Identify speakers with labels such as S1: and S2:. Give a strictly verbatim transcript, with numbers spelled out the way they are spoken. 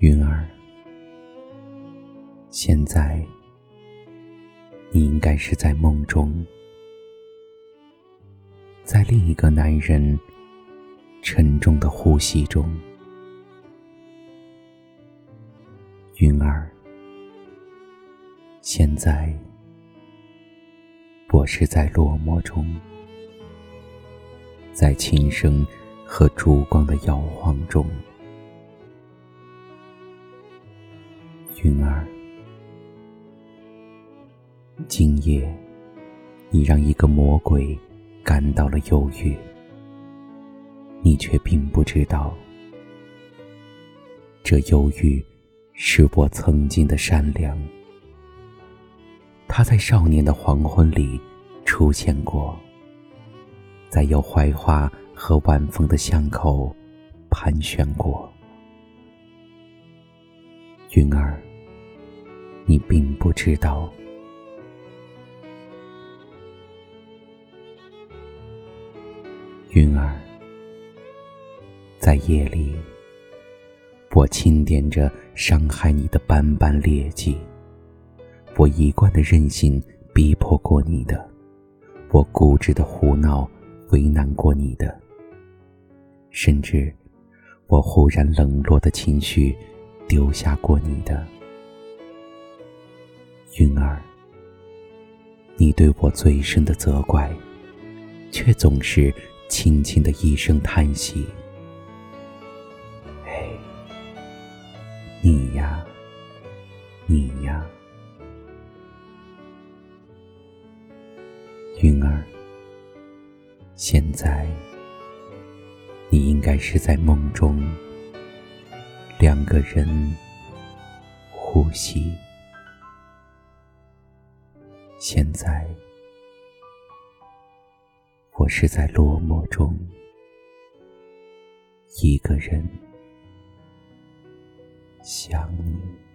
S1: 云儿，现在你应该是在梦中，在另一个男人沉重的呼吸中。云儿，现在我是在落寞中，在琴声和烛光的摇晃中。云儿，今夜你让一个魔鬼感到了忧郁，你却并不知道，这忧郁是我曾经的善良。他在少年的黄昏里出现过，在有槐花和晚风的巷口盘旋过。云儿，你并不知道，云儿，在夜里，我清点着伤害你的斑斑劣迹，我一贯的任性逼迫过你的，我固执的胡闹为难过你的，甚至我忽然冷落的情绪丢下过你的。云儿，你对我最深的责怪，却总是轻轻的一声叹息。嘿，你呀，你呀，云儿，现在你应该是在梦中，两个人呼吸。现在我是在落寞中，一个人想你。